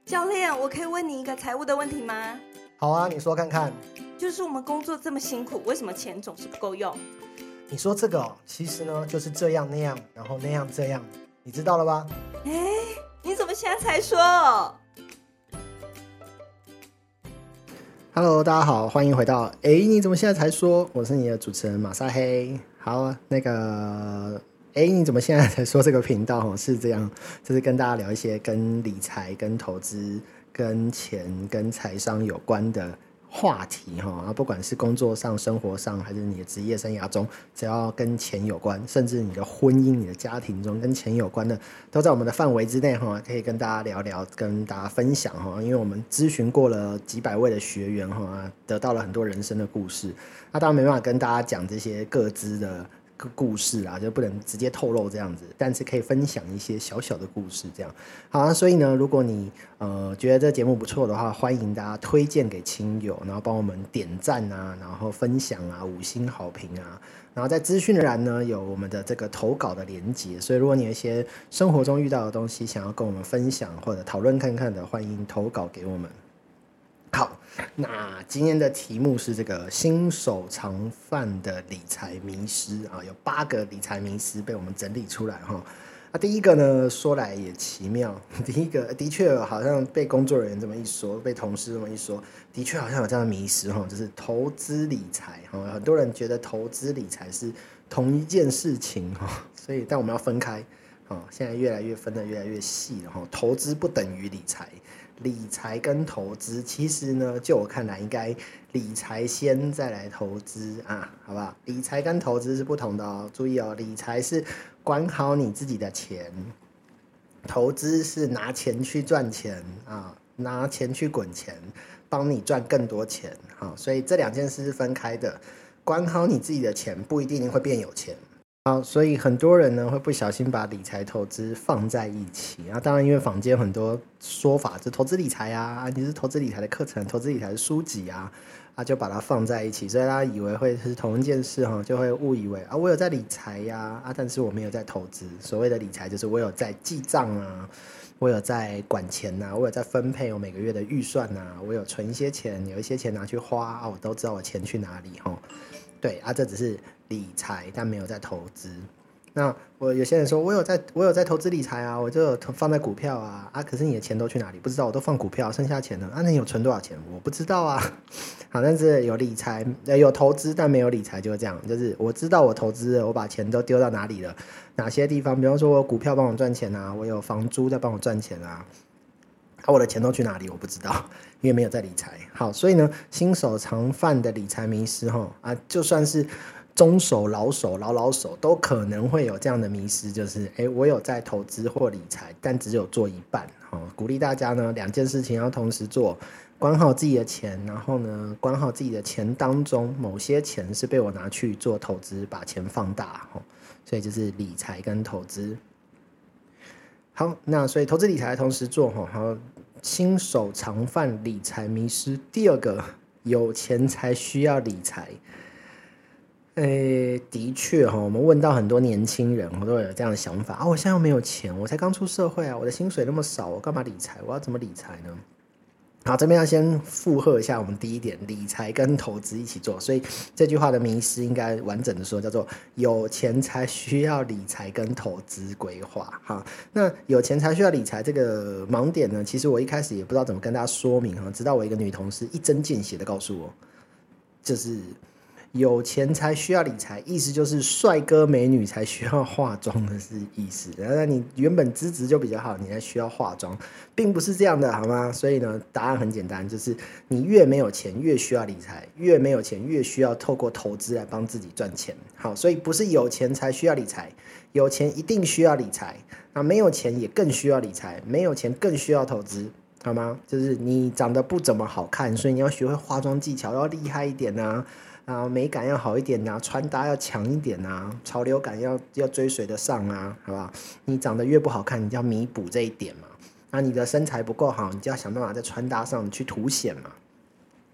教练，我可以问你一个财务的问题吗？ 好啊，你说看看。 就是我们工作这么辛苦，为什么钱总是不够用？ 你说这个其实呢就是这样那样，然后那样这样，你知道了吧？ 你怎么现在才说 ？Hello， 大家好，欢迎回到你怎么现在才说？我是你的主持人马萨黑。好，你怎么现在才说？这个频道是这样，就是跟大家聊一些跟理财、跟投资、跟钱、跟财商有关的话题哈。不管是工作上、生活上，还是你的职业生涯中，只要跟钱有关，甚至你的婚姻、你的家庭中跟钱有关的，都在我们的范围之内哈，可以跟大家聊聊，跟大家分享哈。因为我们咨询过了几百位的学员哈，得到了很多人生的故事。那当然没办法跟大家讲这些各自的故事啊，就不能直接透露这样子，但是可以分享一些小小的故事这样。好，所以呢，如果你觉得这节目不错的话，欢迎大家推荐给亲友，然后帮我们点赞啊，然后分享啊，5星好评啊，然后在资讯栏呢有我们的这个投稿的连结，所以如果你有一些生活中遇到的东西想要跟我们分享或者讨论看看的，欢迎投稿给我们。好，那今天的题目是这个新手常犯的理财迷思啊，有8个理财迷思被我们整理出来哈。第一个呢，说来也奇妙，第一个的确好像被工作人员这么一说，被同事这么一说，的确好像有这样的迷思哈，就是投资理财哈，很多人觉得投资理财是同一件事情哈，所以但我们要分开哈，现在越来越分得越来越细了哈，投资不等于理财。理财跟投资其实呢，就我看来应该理财先再来投资啊，好不好？理财跟投资是不同的哦，注意哦，理财是管好你自己的钱，投资是拿钱去赚钱啊，拿钱去滚钱，帮你赚更多钱啊，所以这2件事是分开的。管好你自己的钱不一定会变有钱。好，所以很多人呢会不小心把理财投资放在一起啊。当然，因为坊间很多说法，就投资理财啊，你是投资理财的课程、投资理财的书籍啊，就把它放在一起，所以大家以为会是同一件事哈，就会误以为啊，我有在理财呀，但是我没有在投资。所谓的理财就是我有在记账啊，我有在管钱啊，我有在分配我每个月的预算啊，我有存一些钱，有一些钱拿去花啊，我都知道我钱去哪里哈。对啊，这只是理财，但没有在投资。那有些人说我有在投资理财啊，我就有放在股票啊，可是你的钱都去哪里？不知道，我都放股票，剩下钱呢？那你有存多少钱？我不知道啊。好，但是有理财，有投资，但没有理财，就是这样，就是我知道我投资了，我把钱都丢到哪里了，哪些地方？比方说我有股票帮我赚钱啊，我有房租在帮我赚钱啊。我的钱都去哪里？我不知道，因为没有在理财。好，所以呢，新手常犯的理财迷思就算是中手、老手都可能会有这样的迷思，就是我有在投资或理财，但只有做一半。鼓励大家呢2件事情要同时做，管好自己的钱，然后呢管好自己的钱当中某些钱是被我拿去做投资，把钱放大。所以就是理财跟投资。好，那所以投资理财同时做好，新手常犯理财迷思。第2个，有钱才需要理财。的确我们问到很多年轻人都有这样的想法我现在又没有钱，我才刚出社会啊，我的薪水那么少，我干嘛理财？我要怎么理财呢？好，这边要先附和一下我们第一点，理财跟投资一起做，所以这句话的迷思应该完整的说叫做有钱才需要理财跟投资规划。好，那有钱才需要理财这个盲点呢，其实我一开始也不知道怎么跟大家说明直到我一个女同事一针见血的告诉我，就是有钱才需要理财，意思就是帅哥美女才需要化妆的是意思。然后你原本资质就比较好，你才需要化妆，并不是这样的，好吗？所以呢，答案很简单，就是你越没有钱越需要理财，越没有钱越需要透过投资来帮自己赚钱。好，所以不是有钱才需要理财，有钱一定需要理财，没有钱也更需要理财，没有钱更需要投资。好吗？就是你长得不怎么好看，所以你要学会化妆技巧，要厉害一点美感要好一点穿搭要强一点潮流感要追随得上好不好？你长得越不好看，你就要弥补这一点嘛。你的身材不够好，你就要想办法在穿搭上去凸显嘛。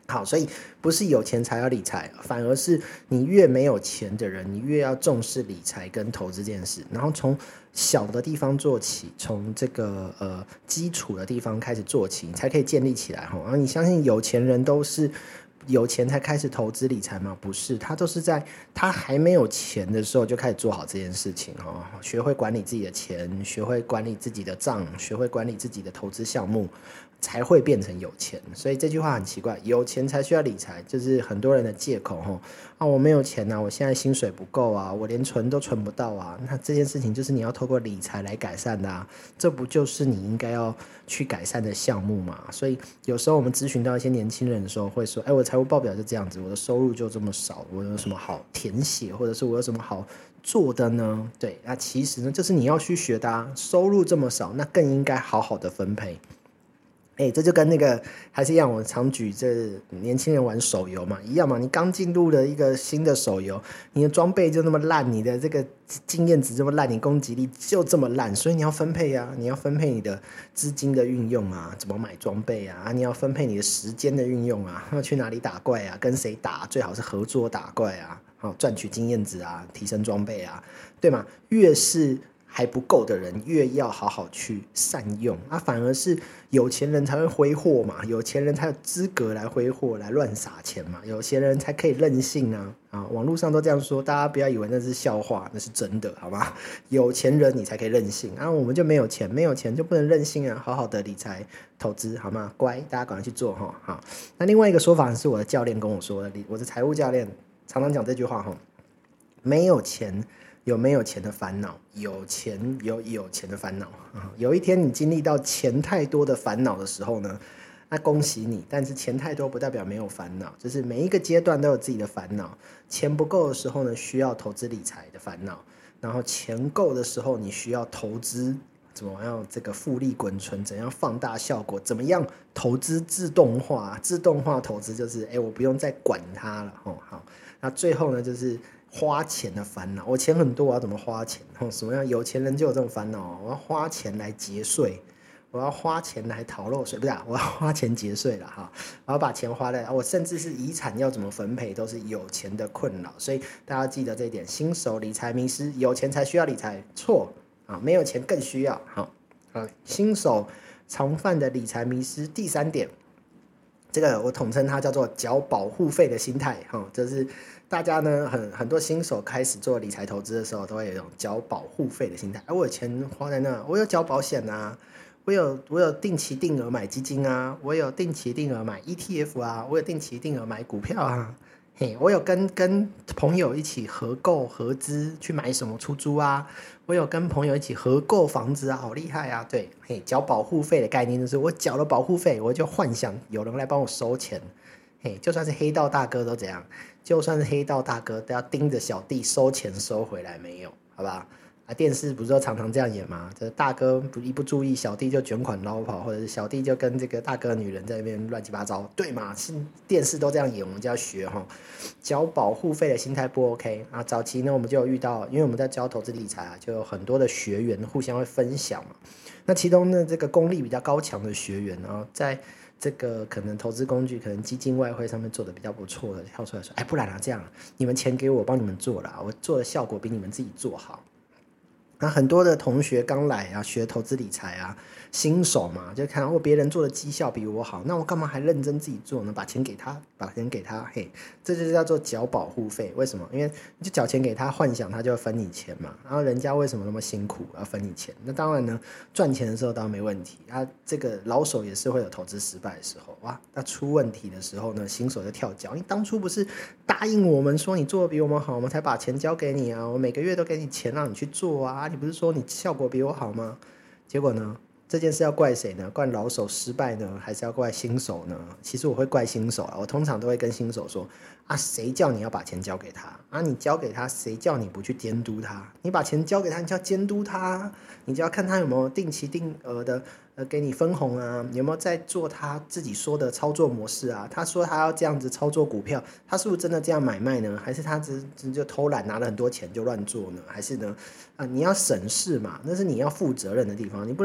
好，所以不是有钱才要理财，反而是你越没有钱的人，你越要重视理财跟投资这件事，然后从小的地方做起，从这个基础的地方开始做起，你才可以建立起来哈。然后你相信有钱人都是有钱才开始投资理财吗？不是，他都是在他还没有钱的时候就开始做好这件事情哈，学会管理自己的钱，学会管理自己的账，学会管理自己的投资项目，才会变成有钱。所以这句话很奇怪，有钱才需要理财，就是很多人的借口哈。啊，我没有钱啊，我现在薪水不够啊，我连存都存不到啊。那这件事情就是你要透过理财来改善的啊，这不就是你应该要去改善的项目嘛？所以有时候我们咨询到一些年轻人的时候，会说：“哎，我财务报表就这样子，我的收入就这么少，我有什么好填写，或者是我有什么好做的呢？”对，那其实呢，就是你要去学的啊。收入这么少，那更应该好好的分配。这就跟那个还是一样，我常举这年轻人玩手游嘛，一样嘛。你刚进入了一个新的手游，你的装备就那么烂，你的这个经验值这么烂，你攻击力就这么烂，所以你要分配啊，你要分配你的资金的运用啊，怎么买装备啊，你要分配你的时间的运用啊，要去哪里打怪啊，跟谁打，最好是合作打怪啊，赚取经验值啊，提升装备啊，对吗？越是还不够的人，越要好好去善用啊，反而是有钱人才会挥霍嘛，有钱人才有资格来挥霍，来乱撒钱嘛，有钱人才可以任性啊！网络上都这样说，大家不要以为那是笑话，那是真的，好吗？有钱人你才可以任性啊，我们就没有钱，没有钱就不能任性啊，好好的理财投资，好吗？乖，大家赶快去做哈。好，那另外一个说法是我的教练跟我说的，我的财务教练常常讲这句话哈，没有钱。有没有钱的烦恼，有钱有钱的烦恼。有一天你经历到钱太多的烦恼的时候呢，那恭喜你，但是钱太多不代表没有烦恼，就是每一个阶段都有自己的烦恼。钱不够的时候呢，需要投资理财的烦恼，然后钱够的时候，你需要投资，怎么样这个复利滚存，怎样放大效果，怎么样投资自动化投资就是我不用再管它了。好，那最后呢就是花钱的烦恼，我钱很多，我要怎么花钱？什么样有钱人就有这种烦恼，我要花钱来节税，我要花钱来逃漏税，不是我要花钱节税了哈，我要把钱花在，我甚至是遗产要怎么分配，都是有钱的困扰，所以大家要记得这一点，新手理财迷失，有钱才需要理财，错啊，没有钱更需要。好，新手常犯的理财迷失，第3点。这个我统称它叫做缴保护费的心态，就是大家呢很多新手开始做理财投资的时候，都会有一种缴保护费的心态。我有钱花在那，我有缴保险啊，我有定期定额买基金啊，我有定期定额买 ETF 啊，我有定期定额买股票啊，我有跟朋友一起合购合资去买什么出租啊，我有跟朋友一起合购房子啊，好厉害啊！对，缴保护费的概念就是我缴了保护费，我就幻想有人来帮我收钱。就算是黑道大哥都这样，就算是黑道大哥都要盯着小弟收钱收回来没有，好吧？电视不是都常常这样演吗？这大哥一不注意，小弟就卷款捞跑，或者是小弟就跟这个大哥的女人在那边乱七八糟，对嘛？电视都这样演，我们就要学哈。交保护费的心态不 OK 啊。早期呢，我们就有遇到，因为我们在教投资理财啊，就有很多的学员互相会分享嘛。那其中呢，这个功力比较高强的学员，然后在这个可能投资工具，可能基金外汇上面做的比较不错的，跳出来说，不然这样，你们钱给我，帮你们做啦，我做的效果比你们自己做好。那很多的同学刚来啊，学投资理财啊，新手嘛，就看别人做的绩效比我好，那我干嘛还认真自己做呢？把钱给他，这就叫做缴保护费。为什么？因为你就缴钱给他，幻想他就要分你钱嘛。然后人家为什么那么辛苦要分你钱？那当然呢，赚钱的时候当然没问题啊。这个老手也是会有投资失败的时候哇。那出问题的时候呢，新手就跳脚。你当初不是答应我们说你做的比我们好，我们才把钱交给你啊？我每个月都给你钱让你去做啊。你不是说你效果比我好吗？结果呢？这件事要怪谁呢？怪老手失败呢，还是要怪新手呢？其实我会怪新手啊，我通常都会跟新手说啊，谁叫你要把钱交给他啊？你交给他，谁叫你不去监督他？你把钱交给他，你就要监督他，你就要看他有没有定期定额的给你分红啊，有没有在做他自己说的操作模式啊？他说他要这样子操作股票，他是不是真的这样买卖呢？还是他只就偷懒拿了很多钱就乱做呢？还是呢？你要审视嘛，那是你要负责任的地方，你不能都推到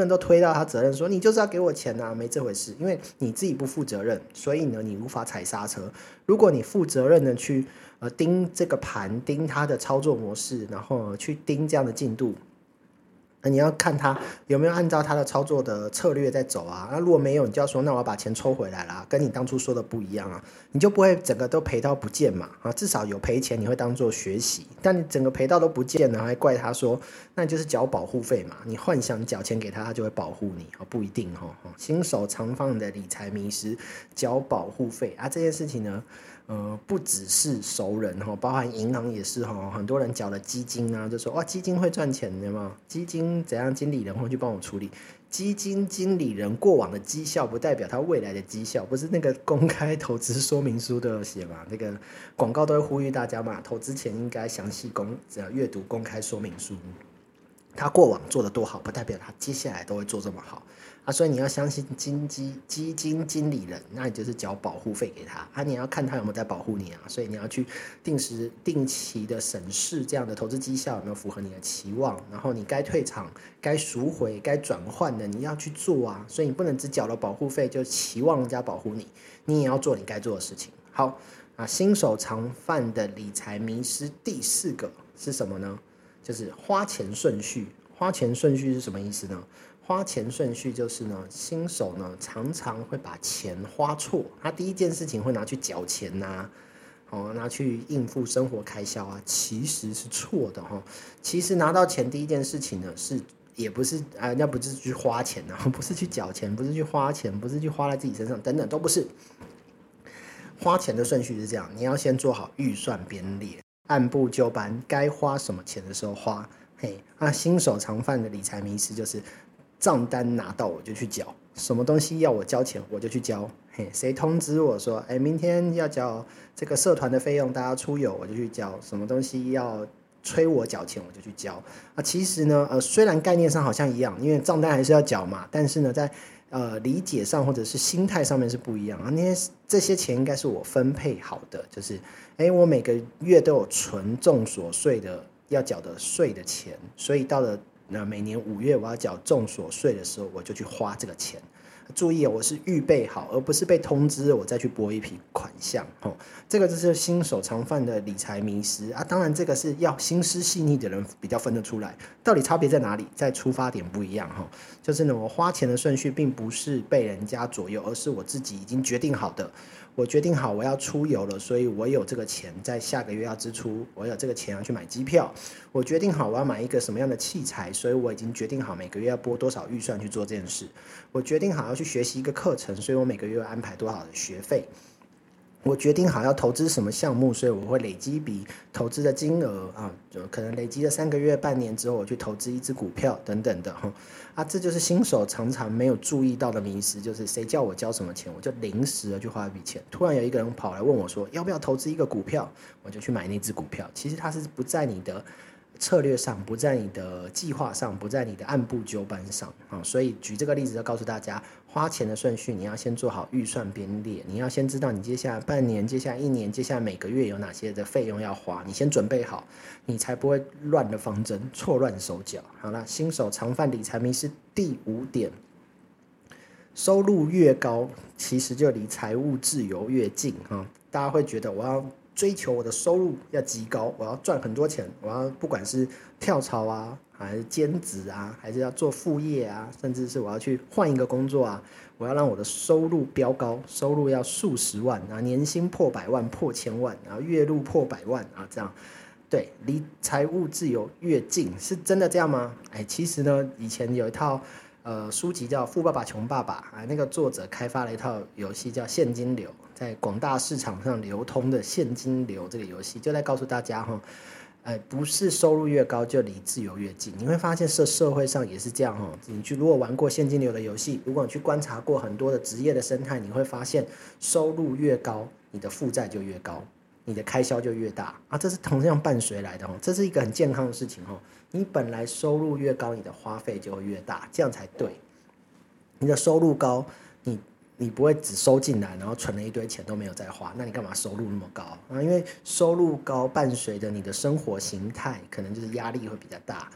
到他责任说你就是要给我钱啊，没这回事，因为你自己不负责任，所以呢你无法踩刹车。如果你负责任的去盯这个盘，盯它的操作模式，然后去盯这样的进度。那你要看他有没有按照他的操作的策略在走啊？那如果没有，你就要说，那我要把钱抽回来啦，跟你当初说的不一样啊，你就不会整个都赔到不见嘛啊，至少有赔钱你会当做学习，但你整个赔到都不见了，还怪他说，那你就是缴保护费嘛，你幻想你缴钱给他，他就会保护你啊，不一定哦。新手常犯的理财迷失，缴保护费啊，这件事情呢。不只是熟人哈，包含银行也是哈，很多人缴了基金啊，就说哇基金会赚钱的嘛，基金怎样经理人会去帮我处理，基金经理人过往的绩效不代表他未来的绩效，不是那个公开投资说明书都有写嘛，那个广告都会呼吁大家嘛，投资前应该详细阅读公开说明书。他过往做的多好，不代表他接下来都会做这么好啊！所以你要相信基金经理人，那你就是缴保护费给他啊！你要看他有没有在保护你啊！所以你要去定期的审视这样的投资绩效有没有符合你的期望，然后你该退场、该赎回、该转换的你要去做啊！所以你不能只缴了保护费就期望人家保护你，你也要做你该做的事情。好啊，新手常犯的理财迷失第4个是什么呢？就是花钱顺序。花钱顺序是什么意思呢？花钱顺序就是呢，新手呢常常会把钱花错。他第一件事情会拿去缴钱呐，拿去应付生活开销啊，其实是错的哈。其实拿到钱第一件事情呢也不是那不是去花钱啊，不是去缴钱，不是去花钱，不是去花在自己身上，等等都不是。花钱的顺序是这样，你要先做好预算编列。按部就班，该花什么钱的时候花。新手常犯的理财迷思就是账单拿到我就去缴，什么东西要我交钱我就去交。谁通知我说，明天要缴这个社团的费用，大家出游我就去交，什么东西要催我缴钱我就去交。其实呢，虽然概念上好像一样，因为账单还是要缴嘛，但是呢，在理解上或者是心态上面是不一样啊。这些钱应该是我分配好的，就是我每个月都有存重所税的要缴的税的钱，所以到了每年5月我要缴重所税的时候，我就去花这个钱。注意我是预备好，而不是被通知我再去拨一笔款项。这个就是新手常犯的理财迷思啊。当然这个是要心思细腻的人比较分得出来，到底差别在哪里？在出发点不一样。就是呢，我花钱的顺序并不是被人家左右，而是我自己已经决定好的。我决定好我要出游了，所以我有这个钱在下个月要支出，我有这个钱要去买机票。我决定好我要买一个什么样的器材，所以我已经决定好每个月要拨多少预算去做这件事。我决定好要去学习一个课程，所以我每个月要安排多少的学费。我决定好要投资什么项目，所以我会累积一笔投资的金额就可能累积了3个月、半年之后，我去投资一只股票等等的这就是新手常常没有注意到的迷思，就是谁叫我交什么钱，我就临时的去花一笔钱。突然有一个人跑来问我说，要不要投资一个股票，我就去买那只股票。其实它是不在你的策略上，不在你的计划上，不在你的按部就班上所以举这个例子就告诉大家，花钱的顺序你要先做好预算编列，你要先知道你接下来半年、接下来1年、接下来每个月有哪些的费用要花，你先准备好，你才不会乱了方针，错乱手脚。好了，新手常犯理财迷思第5点，收入越高，其实就离财务自由越近大家会觉得我要追求我的收入要极高，我要赚很多钱，我要不管是跳槽啊，还是兼职啊，还是要做副业啊，甚至是我要去换一个工作啊，我要让我的收入飙高，收入要数十万年薪破100万、破1000万，然后月入破100万这样。对，离财务自由越近，是真的这样吗？其实呢，以前有一套书籍叫《富爸爸穷爸爸》那个作者开发了一套游戏叫现金流，在广大市场上流通的现金流这个游戏，就在告诉大家不是收入越高就离自由越近。你会发现社会上也是这样你如果玩过现金流的游戏，如果你去观察过很多的职业的生态，你会发现收入越高，你的负债就越高，你的开销就越大这是同样伴随来的这是一个很健康的事情你本来收入越高，你的花费就会越大，这样才对。你的收入高，你不会只收进来，然后存了一堆钱都没有再花，那你干嘛收入那么高因为收入高伴随着你的生活形态可能就是压力会比较大。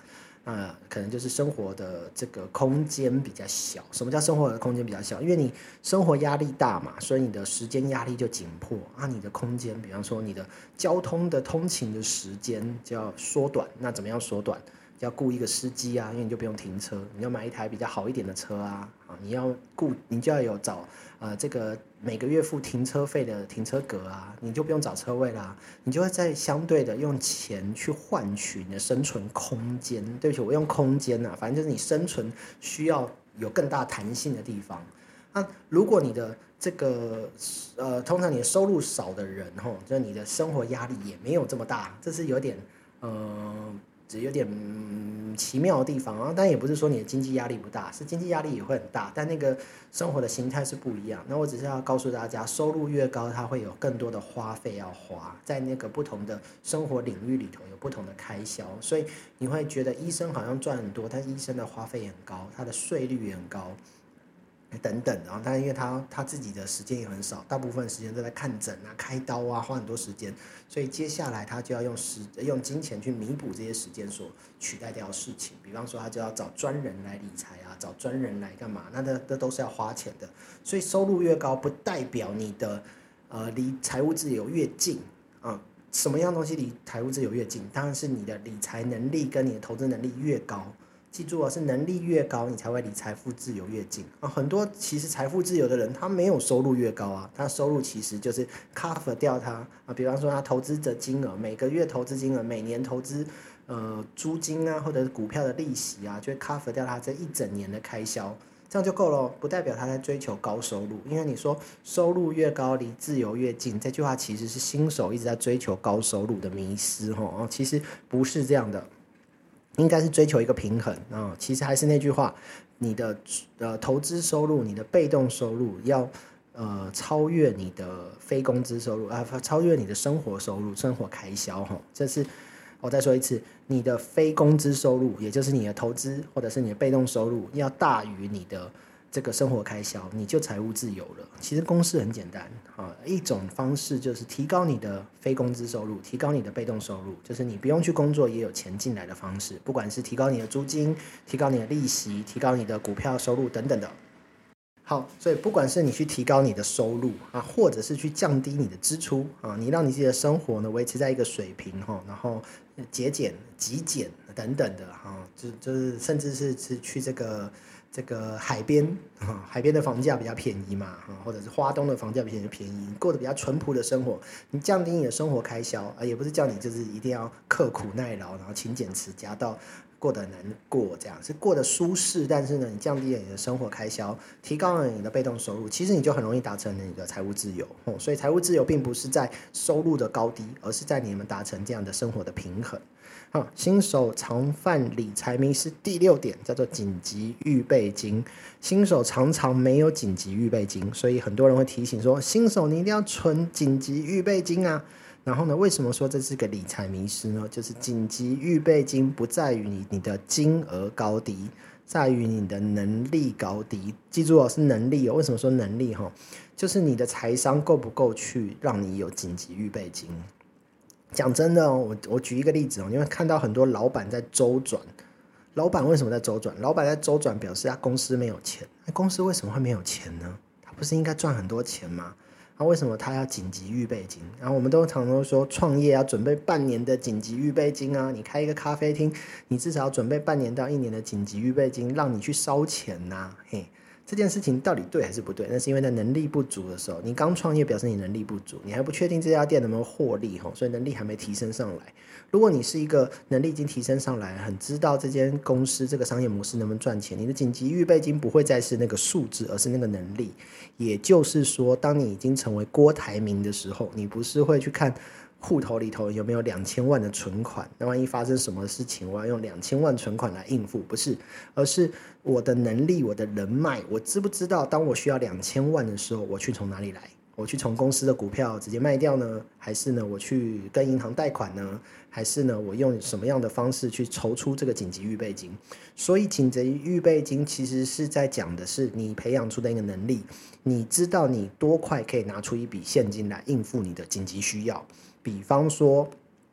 可能就是生活的这个空间比较小。什么叫生活的空间比较小？因为你生活压力大嘛，所以你的时间压力就紧迫啊。你的空间，比方说你的交通的通勤的时间就要缩短。那怎么样缩短？要雇一个司机啊，因为你就不用停车，你要买一台比较好一点的车啊，你就要有找这个每个月付停车费的停车格啊，你就不用找车位啦，你就会在相对的用钱去换取你的生存空间。对不起，我用空间啊，反正就是你生存需要有更大弹性的地方。那如果你的这个通常你的收入少的人就是你的生活压力也没有这么大，这是有点只有点奇妙的地方啊。但也不是说你的经济压力不大，是经济压力也会很大，但那个生活的形态是不一样。那我只是要告诉大家，收入越高，它会有更多的花费要花，在那个不同的生活领域里头有不同的开销，所以你会觉得医生好像赚很多，但医生的花费也很高，他的税率也很高。等等，然后但因为他自己的时间也很少，大部分时间都在看诊啊、开刀啊，花很多时间，所以接下来他就要用金钱去弥补这些时间所取代掉的事情。比方说，他就要找专人来理财啊，找专人来干嘛？那这都是要花钱的。所以收入越高，不代表你的离财务自由越近啊。什么样东西离财务自由越近？当然是你的理财能力跟你的投资能力越高。记住是能力越高，你才会离财富自由越近啊。很多其实财富自由的人，他没有收入越高啊，他收入其实就是 cover 掉他啊。比方说他投资的金额，每个月投资金额，每年投资租金啊，或者是股票的利息啊，就会 cover 掉他这一整年的开销，这样就够了。不代表他在追求高收入，因为你说收入越高离自由越近，这句话其实是新手一直在追求高收入的迷思其实不是这样的。应该是追求一个平衡啊，其实还是那句话，你的投资收入、你的被动收入要超越你的非工资收入超越你的生活收入、生活开销这是我再说一次，你的非工资收入，也就是你的投资或者是你的被动收入，要大于你的这个生活开销，你就财务自由了。其实公式很简单一种方式就是提高你的非工资收入，提高你的被动收入，就是你不用去工作也有钱进来的方式，不管是提高你的租金、提高你的利息、提高你的股票收入等等的。好，所以不管是你去提高你的收入或者是去降低你的支出你让你自己的生活呢维持在一个水平然后节俭、极简等等的就是甚至是去这个海边海边的房价比较便宜嘛或者是花东的房价比较便宜，过得比较淳朴的生活，你降低你的生活开销也不是叫你就是一定要刻苦耐劳，然后勤俭持家到过得难过，这样是过得舒适，但是呢，你降低了你的生活开销，提高了你的被动收入，其实你就很容易达成你的财务自由所以财务自由并不是在收入的高低，而是在你们达成这样的生活的平衡。新手常犯理财迷思第6点叫做紧急预备金。新手常常没有紧急预备金，所以很多人会提醒说，新手你一定要存紧急预备金啊。然后呢，为什么说这是个理财迷思呢？就是紧急预备金不在于你的金额高低，在于你的能力高低。记住是能力为什么说能力就是你的财商够不够去让你有紧急预备金。讲真的我举一个例子你会看到很多老板在周转。老板为什么在周转？老板在周转表示他公司没有钱。公司为什么会没有钱呢？他不是应该赚很多钱吗？为什么他要紧急预备金？然后我们都常常说创业要准备半年的紧急预备金你开一个咖啡厅，你至少要准备半年到1年的紧急预备金，让你去烧钱这件事情到底对还是不对？那是因为在能力不足的时候，你刚创业表示你能力不足，你还不确定这家店能不能获利所以能力还没提升上来。如果你是一个能力已经提升上来，很知道这间公司这个商业模式能不能赚钱，你的紧急预备金不会再是那个数字，而是那个能力。也就是说，当你已经成为郭台铭的时候，你不是会去看户头里头有没有2000万的存款，那万一发生什么事情我要用2000万存款来应付，不是，而是我的能力、我的人脉，我知不知道当我需要2000万的时候我去从哪里来？我去从公司的股票直接卖掉呢，还是呢我去跟银行贷款呢，还是呢我用什么样的方式去筹出这个紧急预备金？所以紧急预备金其实是在讲的是你培养出的一个能力，你知道你多快可以拿出一笔现金来应付你的紧急需要。比方说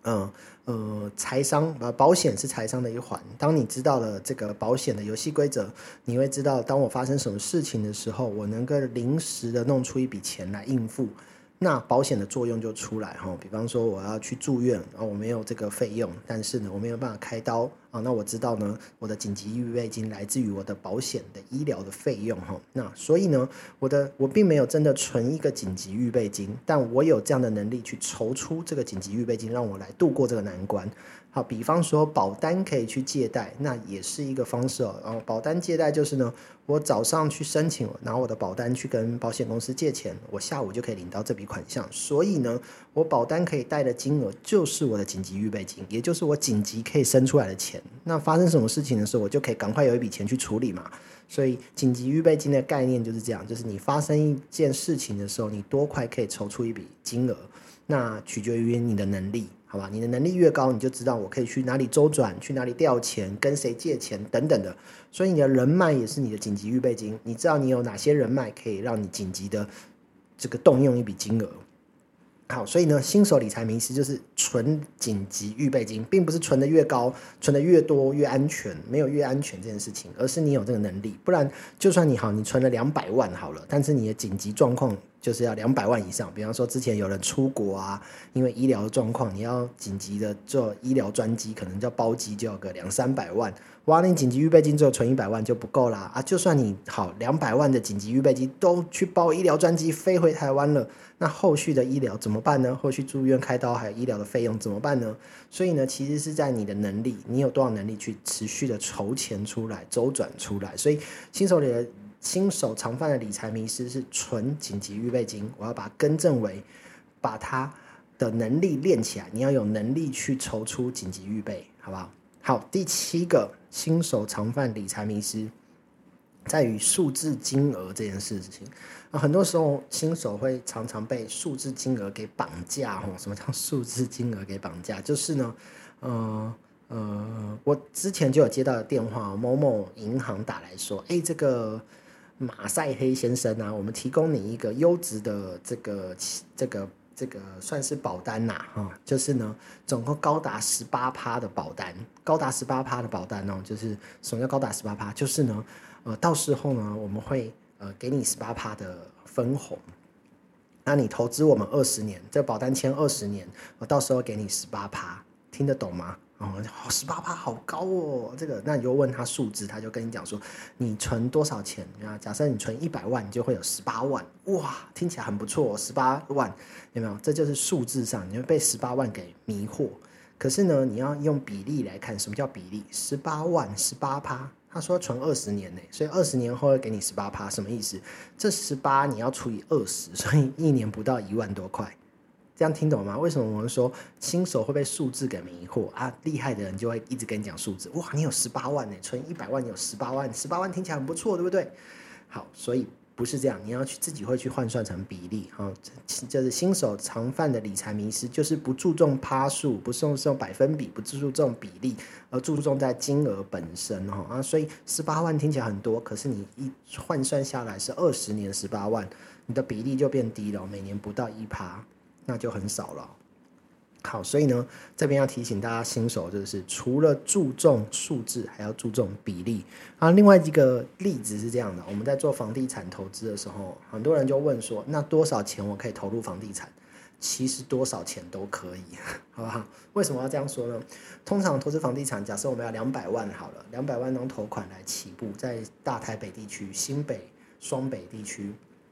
财商保险是财商的一环。当你知道了这个保险的游戏规则，你会知道当我发生什么事情的时候，我能够临时的弄出一笔钱来应付，那保险的作用就出来哈。比方说我要去住院我没有这个费用，但是呢我没有办法开刀那我知道呢我的紧急预备金来自于我的保险的医疗的费用哈。那所以呢我并没有真的存一个紧急预备金，但我有这样的能力去筹出这个紧急预备金，让我来度过这个难关。好，比方说保单可以去借贷，那也是一个方式然后保单借贷就是呢，我早上去申请，拿我的保单去跟保险公司借钱，我下午就可以领到这笔款项。所以呢，我保单可以贷的金额就是我的紧急预备金，也就是我紧急可以生出来的钱。那发生什么事情的时候，我就可以赶快有一笔钱去处理嘛。所以紧急预备金的概念就是这样，就是你发生一件事情的时候，你多快可以筹出一笔金额，那取决于你的能力。好吧，你的能力越高，你就知道我可以去哪里周转，去哪里调钱，跟谁借钱等等的。所以你的人脉也是你的紧急预备金，你知道你有哪些人脉可以让你紧急的这个动用一笔金额。好，所以呢，新手理财迷思就是存紧急预备金，并不是存的越高、存的越多越安全，没有越安全这件事情，而是你有这个能力。不然，就算你存了200万好了，但是你的紧急状况就是要200万以上。比方说，之前有人出国因为医疗的状况，你要紧急的做医疗专机，可能叫包机就要个200-300万。哇，你紧急预备金只有存100万就不够啦就算你好200万的紧急预备金都去包医疗专机飞回台湾了，那后续的医疗怎么办呢？后续住院开刀还有医疗的费用怎么办呢？所以呢，其实是在你的能力，你有多少能力去持续的筹钱出来、周转出来。所以新手常犯的理财迷思是存紧急预备金，我要把它更正为把它的能力练起来，你要有能力去筹出紧急预备，好不好？好，第7个新手常犯理财迷思在于数字金额这件事情很多时候新手会常常被数字金额给绑架什么叫数字金额给绑架？就是呢我之前就有接到的电话，某某银行打来说这个马赛黑先生我们提供你一个优质的这个算是保单就是呢总共高达 18% 的保单，高达 18% 的保单就是什么叫高达 18%？ 就是呢到时候呢我们会给你 18% 的分红，那你投资我们20年，这保单签20年，我到时候给你 18%， 听得懂吗？18%好高这个那你就问他数字，他就跟你讲说你存多少钱假设你存100万，你就会有18万，哇，听起来很不错18万，有没有？这就是数字上你会被18万给迷惑。可是呢，你要用比例来看，什么叫比例？18万 18%， 他说存20年呢，所以20年后会给你 18%， 什么意思？这18你要除以20，所以1年不到1万多块。这样听懂吗？为什么我们说新手会被数字给迷惑厉害的人就会一直跟你讲数字，哇，你有18万呢，存100万你有18万，18万听起来很不错，对不对？好，所以不是这样，你要自己会去换算成比例就是新手常犯的理财迷思，就是不注重趴数，不注重百分比，不注重比例，而注重在金额本身所以18万听起来很多，可是你一换算下来是20年18万，你的比例就变低了，每年不到1%，那就很少了。好，所以呢，这边要提醒大家新手，就是除了注重数字，还要注重比例另外一个例子是这样的，我们在做房地产投资的时候，很多人就问说，那多少钱我可以投入房地产？其实多少钱都可以，好不好？为什么要这样说呢？通常投资房地产，假设我们要200万好了，200万用头款来起步，在大台北地区、新北、双北地区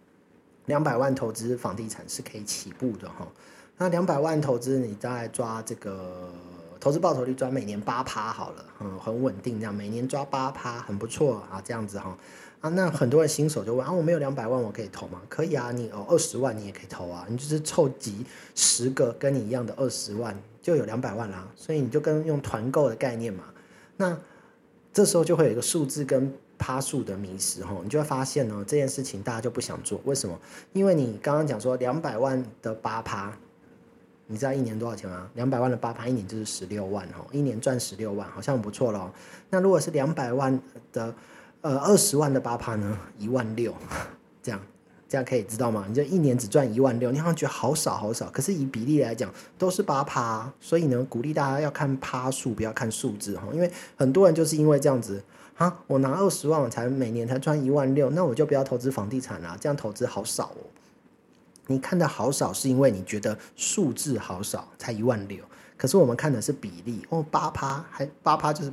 ，200万投资房地产是可以起步的那200万投资，你大概抓这个投资报酬率抓每年 8% 好了很稳定，这样每年抓 8% 很不错这样子那很多人新手就问我没有200万我可以投吗？可以你20万你也可以投你就是凑集10个跟你一样的20万就有200万啦，所以你就跟用团购的概念嘛。那这时候就会有一个数字跟趴数的迷失你就会发现这件事情大家就不想做。为什么？因为你刚刚讲说200万的 8%， 你知道一年多少钱吗？200万的 8%， 一年就是16万一年赚16万，好像很不错咯。那如果是200万的20万的 8% 呢？16000，这这样可以知道吗？你就一年只赚16000，你好像觉得好少好少，可是以比例来讲都是8%，所以呢，鼓励大家要看趴数，不要看数字，因为很多人就是因为这样子啊，我拿20万，我才每年才赚16000，那我就不要投资房地产啦，这样投资好少哦。你看的好少，是因为你觉得数字好少，才16000，可是我们看的是比例哦，8%，还8%就是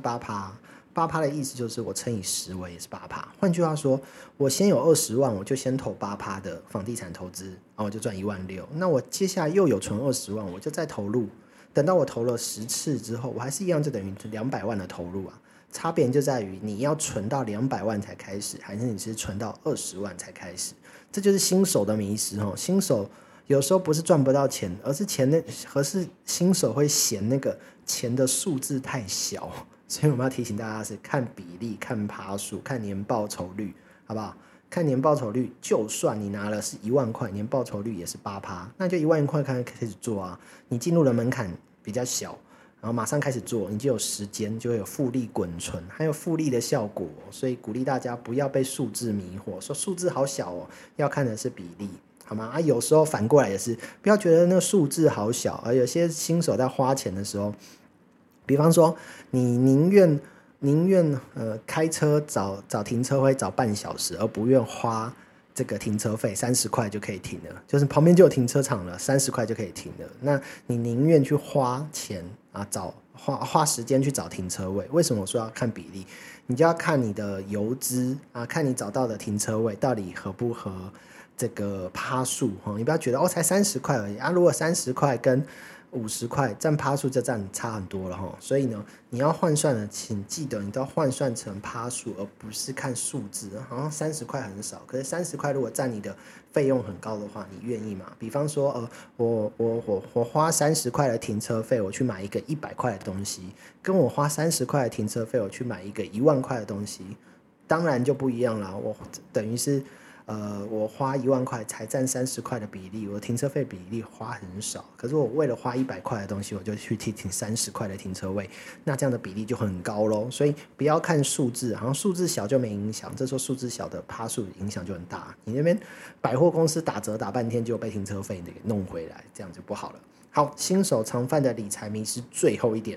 8%，8%的意思就是我乘以10，我也是8%。换句话说，我先有20万，我就先投8%的房地产投资，然后我就赚16000。那我接下来又有存20万，我就再投入。等到我投了10次之后，我还是一样，就等于200万的投入啊。差别就在于你要存到200万才开始，还是你是存到20万才开始。这就是新手的迷失哦。新手有时候不是赚不到钱，而是新手会嫌那个钱的数字太小。所以我们要提醒大家是看比例、看趴数、看年报酬率，好不好？看年报酬率，就算你拿了是1万块，年报酬率也是8%，那就1万块开始做啊。你进入的门槛比较小，然后马上开始做，你就有时间，就会有复利滚存，还有复利的效果。所以鼓励大家不要被数字迷惑，说数字好小哦，要看的是比例，好吗？有时候反过来也是，不要觉得那个数字好小，而有些新手在花钱的时候，比方说你宁愿开车找停车位找半小时，而不愿花这个停车费30块就可以停了，就是旁边就有停车场了，30块就可以停了。那你宁愿去花钱啊，花时间去找停车位。为什么我说要看比例？你就要看你的游资啊，看你找到的停车位到底合不合这个趴数。你不要觉得才30块而已啊，如果30块跟50块占趴数就占差很多了齁。所以呢，你要换算的，请记得你都要换算成趴数，而不是看数字。好像30块很少，可是30块如果占你的费用很高的话，你愿意吗？比方说我花30块的停车费，我去买一个100块的东西，跟我花30块的停车费，我去买一个1万块的东西，当然就不一样了。我等于是我花1万块才占30块的比例，我停车费比例花很少，可是我为了花100块的东西，我就去停30块的停车位，那这样的比例就很高咯。所以不要看数字，好像数字小就没影响，这时候数字小的趴数影响就很大。你那边百货公司打折打半天就被停车费给弄回来，这样就不好了。好，新手常犯的理财迷失最后一点，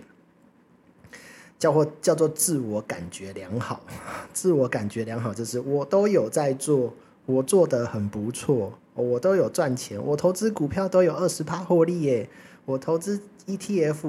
叫做自我感觉良好。自我感觉良好就是我都有在做，我做得很不错，我都有赚钱，我投资股票都有20%获利耶，我投资 ETF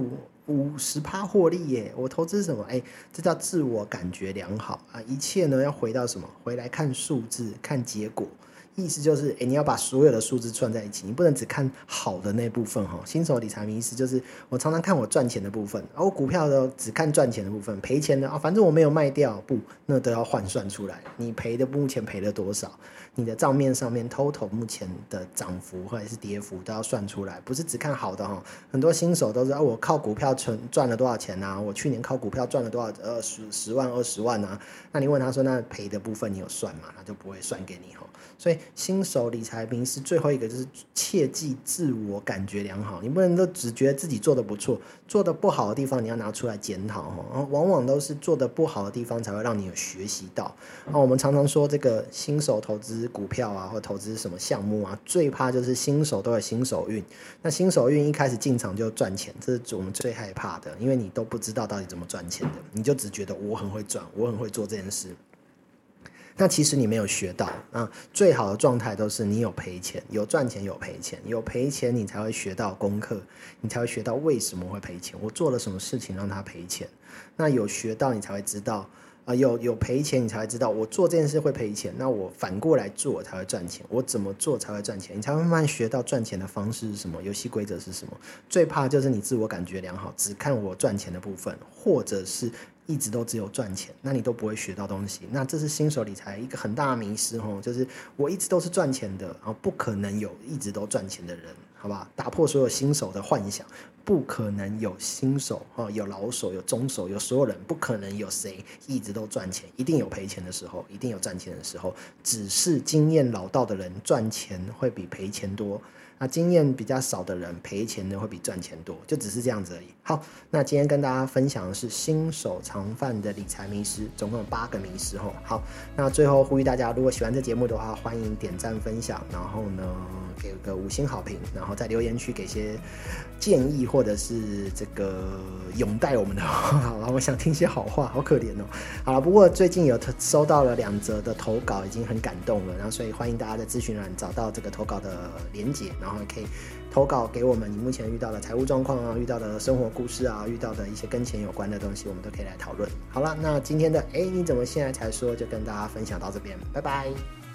50%获利耶，我投资什么？这叫自我感觉良好啊！一切呢要回到什么？回来看数字，看结果。意思就是，你要把所有的数字串在一起，你不能只看好的那部分哈。新手理财迷思就是，我常常看我赚钱的部分，我股票的只看赚钱的部分，赔钱的反正我没有卖掉，不，那都要换算出来。你目前赔了多少？你的账面上面 total 目前的涨幅或者是跌幅都要算出来，不是只看好的哈。很多新手都是我靠股票赚了多少钱啊？我去年靠股票赚了多少10万20万啊？那你问他说，那赔的部分你有算吗？他就不会算给你哈。所以新手理财迷思最后一个就是切记自我感觉良好，你不能都只觉得自己做的不错，做的不好的地方你要拿出来检讨往往都是做的不好的地方才会让你有学习到。我们常常说这个新手投资股票啊，或投资什么项目啊，最怕就是新手都有新手运。那新手运一开始进场就赚钱，这是我们最害怕的，因为你都不知道到底怎么赚钱的，你就只觉得我很会赚，我很会做这件事。那其实你没有学到啊，最好的状态都是你有赔钱，有赚钱有赔钱，有赔钱你才会学到功课，你才会学到为什么会赔钱，我做了什么事情让他赔钱。那有学到你才会知道有赔钱你才会知道我做这件事会赔钱，那我反过来做才会赚钱，我怎么做才会赚钱，你才会慢慢学到赚钱的方式是什么，游戏规则是什么。最怕就是你自我感觉良好，只看我赚钱的部分，或者是一直都只有赚钱，那你都不会学到东西。那这是新手理财一个很大的迷思就是我一直都是赚钱的，然后不可能有一直都赚钱的人，好吧？打破所有新手的幻想，不可能有新手有老手有中手有所有人，不可能有谁一直都赚钱，一定有赔钱的时候，一定有赚钱的时候，只是经验老道的人赚钱会比赔钱多。 那经验比较少的人赔钱的会比赚钱多，就只是这样子而已。好，那今天跟大家分享的是新手常犯的理财迷思，总共有8个迷思。好，那最后呼吁大家，如果喜欢这节目的话，欢迎点赞分享，然后呢给个5星好评，然后在留言区给些建议或者是这个拥戴我们的话。好了，我想听些好话，好可怜哦。好了，不过最近有收到了2则的投稿，已经很感动了，然后所以欢迎大家在资讯栏找到这个投稿的连结，然后也可以投稿给我们你目前遇到的财务状况啊，遇到的生活故事啊，遇到的一些跟钱有关的东西，我们都可以来讨论。好了，那今天的你怎么现在才说就跟大家分享到这边，拜拜。